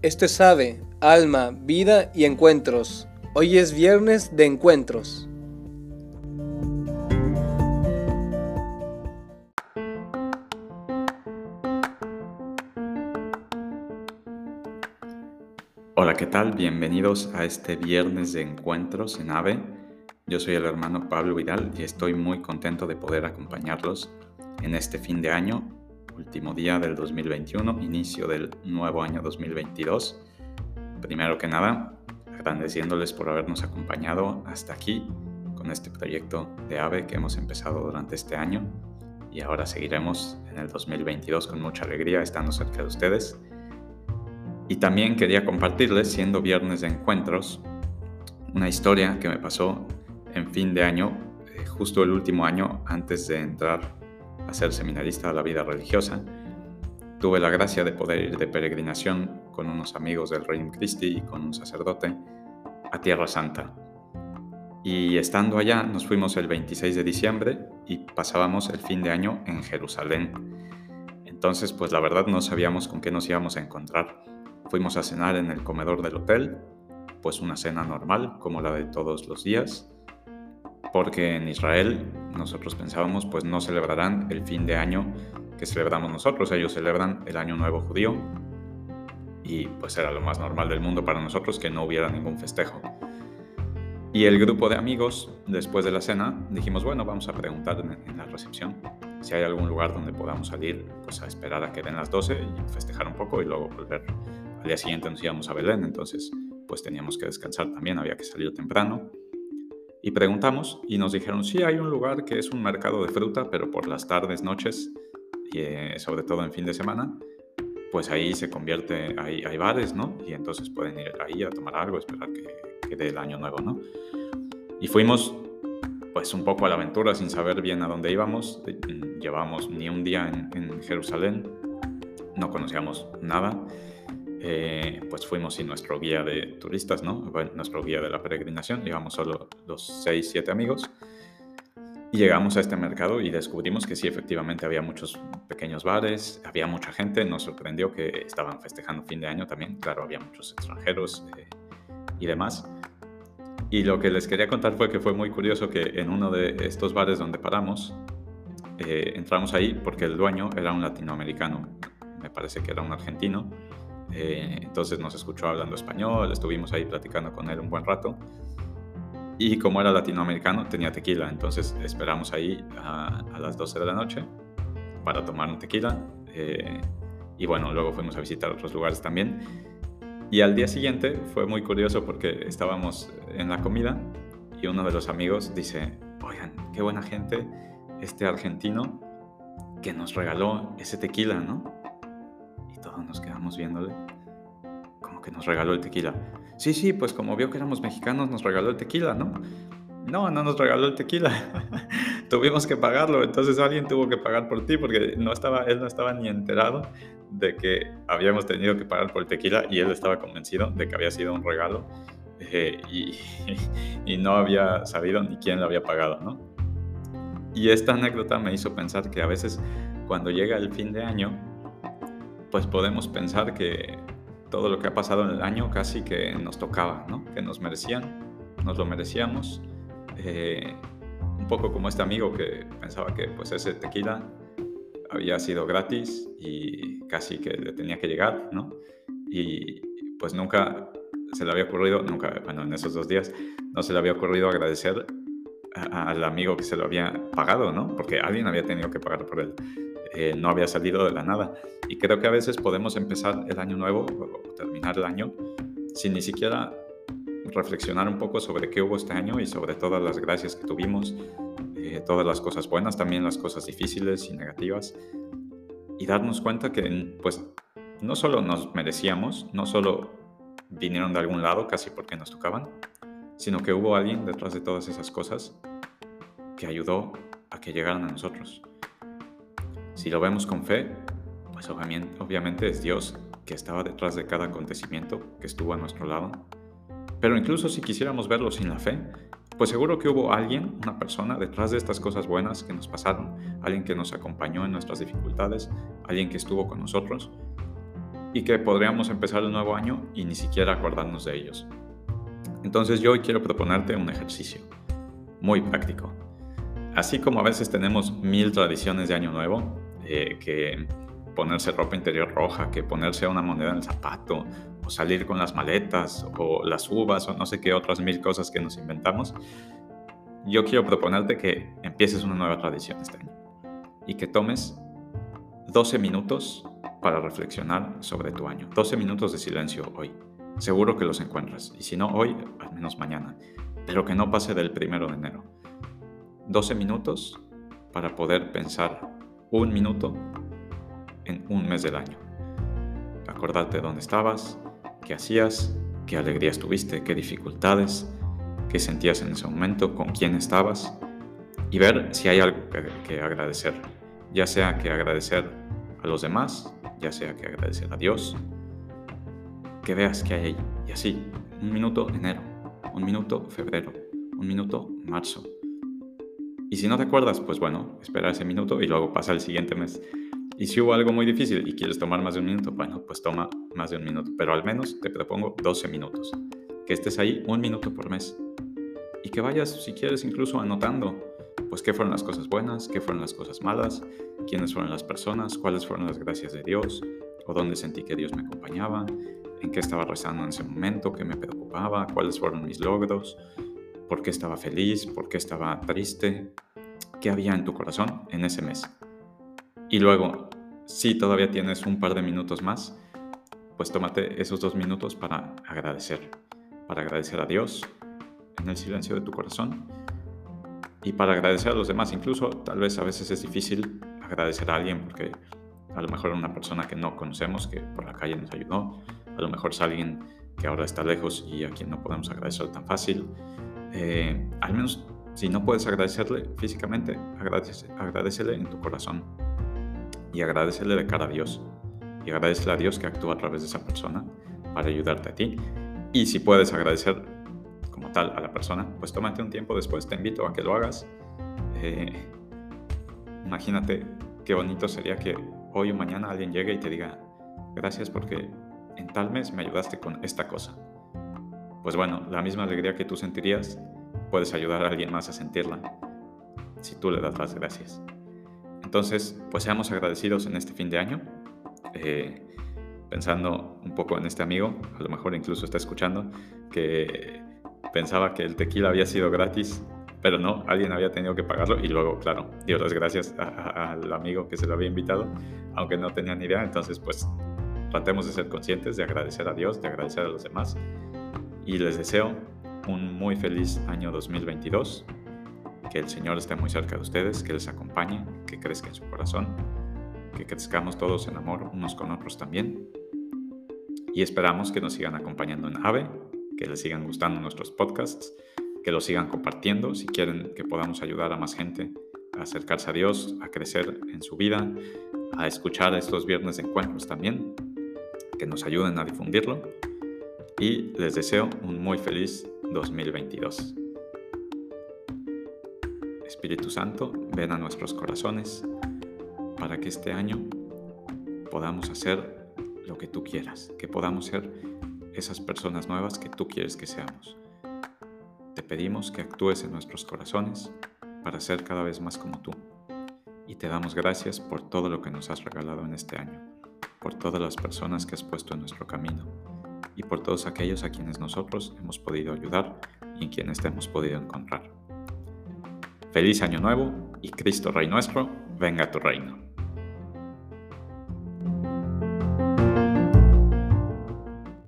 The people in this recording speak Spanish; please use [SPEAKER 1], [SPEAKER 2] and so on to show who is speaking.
[SPEAKER 1] Esto es Ave, Alma, Vida y Encuentros. Hoy es viernes de encuentros.
[SPEAKER 2] Hola, ¿qué tal? Bienvenidos a este viernes de encuentros en AVE. Yo soy el hermano Pablo Vidal y estoy muy contento de poder acompañarlos en este fin de año, último día del 2021, inicio del nuevo año 2022. Primero que nada, agradeciéndoles por habernos acompañado hasta aquí con este proyecto de AVE que hemos empezado durante este año y ahora seguiremos en el 2022 con mucha alegría estando cerca de ustedes. Y también quería compartirles, siendo viernes de encuentros, una historia que me pasó en fin de año, justo el último año antes de entrar a ser seminarista a la vida religiosa. Tuve la gracia de poder ir de peregrinación con unos amigos del Reino Christi y con un sacerdote a Tierra Santa. Y estando allá nos fuimos el 26 de diciembre y pasábamos el fin de año en Jerusalén. Entonces, pues la verdad no sabíamos con qué nos íbamos a encontrar. Fuimos a cenar en el comedor del hotel, pues una cena normal, como la de todos los días, porque en Israel nosotros pensábamos, pues no celebrarán el fin de año que celebramos nosotros, ellos celebran el Año Nuevo Judío, y pues era lo más normal del mundo para nosotros que no hubiera ningún festejo. Y el grupo de amigos, después de la cena, dijimos, bueno, vamos a preguntar en la recepción si hay algún lugar donde podamos salir, pues a esperar a que den las 12 y festejar un poco y luego volver. Al día siguiente nos íbamos a Belén, entonces pues teníamos que descansar también, había que salir temprano. Y preguntamos y nos dijeron, sí, hay un lugar que es un mercado de fruta, pero por las tardes, noches, y sobre todo en fin de semana, pues ahí se convierte, hay bares, ¿no? Y entonces pueden ir ahí a tomar algo, esperar que dé el año nuevo, ¿no? Y fuimos pues un poco a la aventura sin saber bien a dónde íbamos. Llevábamos ni un día en Jerusalén, no conocíamos nada. Pues fuimos sin nuestro guía de turistas, ¿no? Bueno, nuestro guía de la peregrinación, íbamos solo los 6, 7 amigos. Y llegamos a este mercado y descubrimos que sí, efectivamente había muchos pequeños bares, había mucha gente, nos sorprendió que estaban festejando fin de año también, claro, había muchos extranjeros y demás. Y lo que les quería contar fue que fue muy curioso que en uno de estos bares donde paramos, entramos ahí porque el dueño era un latinoamericano, me parece que era un argentino, entonces nos escuchó hablando español, estuvimos ahí platicando con él un buen rato. Y como era latinoamericano, tenía tequila, entonces esperamos ahí a las 12 de la noche para tomar un tequila. Y bueno, luego fuimos a visitar otros lugares también. Y al día siguiente fue muy curioso porque estábamos en la comida y uno de los amigos dice, oigan, qué buena gente este argentino que nos regaló ese tequila, ¿no? Y todos nos quedamos viéndole, como que nos regaló el tequila. Sí, pues como vio que éramos mexicanos nos regaló el tequila, ¿no? No nos regaló el tequila. Tuvimos que pagarlo, entonces alguien tuvo que pagar por ti porque él no estaba ni enterado de que habíamos tenido que pagar por el tequila y él estaba convencido de que había sido un regalo y no había sabido ni quién lo había pagado, ¿no? Y esta anécdota me hizo pensar que a veces cuando llega el fin de año, pues podemos pensar que todo lo que ha pasado en el año casi que nos tocaba, ¿no? Que nos lo merecíamos. Un poco como este amigo que pensaba que pues ese tequila había sido gratis y casi que le tenía que llegar, ¿no? Y pues nunca se le había ocurrido, bueno, en esos 2 días no se le había ocurrido agradecer al amigo que se lo había pagado, ¿no? Porque alguien había tenido que pagar por él. No había salido de la nada. Y creo que a veces podemos empezar el año nuevo o terminar el año sin ni siquiera reflexionar un poco sobre qué hubo este año y sobre todas las gracias que tuvimos, todas las cosas buenas, también las cosas difíciles y negativas, y darnos cuenta que pues no solo nos merecíamos, no solo vinieron de algún lado casi porque nos tocaban, sino que hubo alguien detrás de todas esas cosas que ayudó a que llegaran a nosotros. Si lo vemos con fe, pues obviamente es Dios que estaba detrás de cada acontecimiento que estuvo a nuestro lado. Pero incluso si quisiéramos verlo sin la fe, pues seguro que hubo alguien, una persona detrás de estas cosas buenas que nos pasaron, alguien que nos acompañó en nuestras dificultades, alguien que estuvo con nosotros. y que podríamos empezar el nuevo año y ni siquiera acordarnos de ellos. Entonces yo hoy quiero proponerte un ejercicio muy práctico. Así como a veces tenemos 1000 tradiciones de Año Nuevo, que ponerse ropa interior roja, que ponerse una moneda en el zapato, o salir con las maletas, o las uvas, o no sé qué otras 1000 cosas que nos inventamos, yo quiero proponerte que empieces una nueva tradición este año y que tomes 12 minutos para reflexionar sobre tu año. 12 minutos de silencio hoy. Seguro que los encuentras. Y si no hoy, al menos mañana. Pero que no pase del 1 de enero. 12 minutos para poder pensar 1 minuto en un mes del año. Acordarte dónde estabas, qué hacías, qué alegrías tuviste, qué dificultades, qué sentías en ese momento, con quién estabas, y ver si hay algo que agradecer. Ya sea que agradecer a los demás, ya sea que agradecer a Dios, que veas qué hay ahí. Y así, 1 minuto enero, 1 minuto febrero, 1 minuto marzo. Y si no te acuerdas, pues bueno, espera ese minuto y luego pasa el siguiente mes. Y si hubo algo muy difícil y quieres tomar más de 1 minuto, bueno, pues toma más de 1 minuto. Pero al menos te propongo 12 minutos. Que estés ahí 1 minuto por mes. Y que vayas, si quieres, incluso anotando, pues qué fueron las cosas buenas, qué fueron las cosas malas, quiénes fueron las personas, cuáles fueron las gracias de Dios, o dónde sentí que Dios me acompañaba, en qué estaba rezando en ese momento, qué me preocupaba, cuáles fueron mis logros, por qué estaba feliz, por qué estaba triste, qué había en tu corazón en ese mes. Y luego, si todavía tienes un par de minutos más, pues tómate esos 2 minutos para agradecer a Dios en el silencio de tu corazón y para agradecer a los demás. Incluso tal vez a veces es difícil agradecer a alguien porque a lo mejor una persona que no conocemos, que por la calle nos ayudó, a lo mejor es alguien que ahora está lejos y a quien no podemos agradecer tan fácil. Al menos si no puedes agradecerle físicamente, agradecele en tu corazón y agradecele de cara a Dios y agradecele a Dios que actúa a través de esa persona para ayudarte a ti. Y si puedes agradecer como tal a la persona, pues tómate un tiempo después, te invito a que lo hagas. Imagínate qué bonito sería que hoy o mañana alguien llegue y te diga gracias porque en tal mes me ayudaste con esta cosa. Pues bueno, la misma alegría que tú sentirías, puedes ayudar a alguien más a sentirla si tú le das las gracias. Entonces, pues seamos agradecidos en este fin de año. Pensando un poco en este amigo, a lo mejor incluso está escuchando, que pensaba que el tequila había sido gratis, pero no, alguien había tenido que pagarlo y luego, claro, dio las gracias al amigo que se lo había invitado, aunque no tenía ni idea. Entonces, pues tratemos de ser conscientes, de agradecer a Dios, de agradecer a los demás y les deseo un muy feliz año 2022, que el Señor esté muy cerca de ustedes, que les acompañe, que crezca en su corazón, que crezcamos todos en amor unos con otros también. Y esperamos que nos sigan acompañando en AVE, que les sigan gustando nuestros podcasts, que los sigan compartiendo si quieren que podamos ayudar a más gente a acercarse a Dios, a crecer en su vida, a escuchar estos viernes de encuentros también, que nos ayuden a difundirlo. Y les deseo un muy feliz 2022. Espíritu Santo, ven a nuestros corazones para que este año podamos hacer lo que tú quieras, que podamos ser esas personas nuevas que tú quieres que seamos. Te pedimos que actúes en nuestros corazones para ser cada vez más como tú. Y te damos gracias por todo lo que nos has regalado en este año, por todas las personas que has puesto en nuestro camino y por todos aquellos a quienes nosotros hemos podido ayudar y en quienes te hemos podido encontrar. Feliz Año Nuevo y Cristo Rey nuestro, venga a tu reino.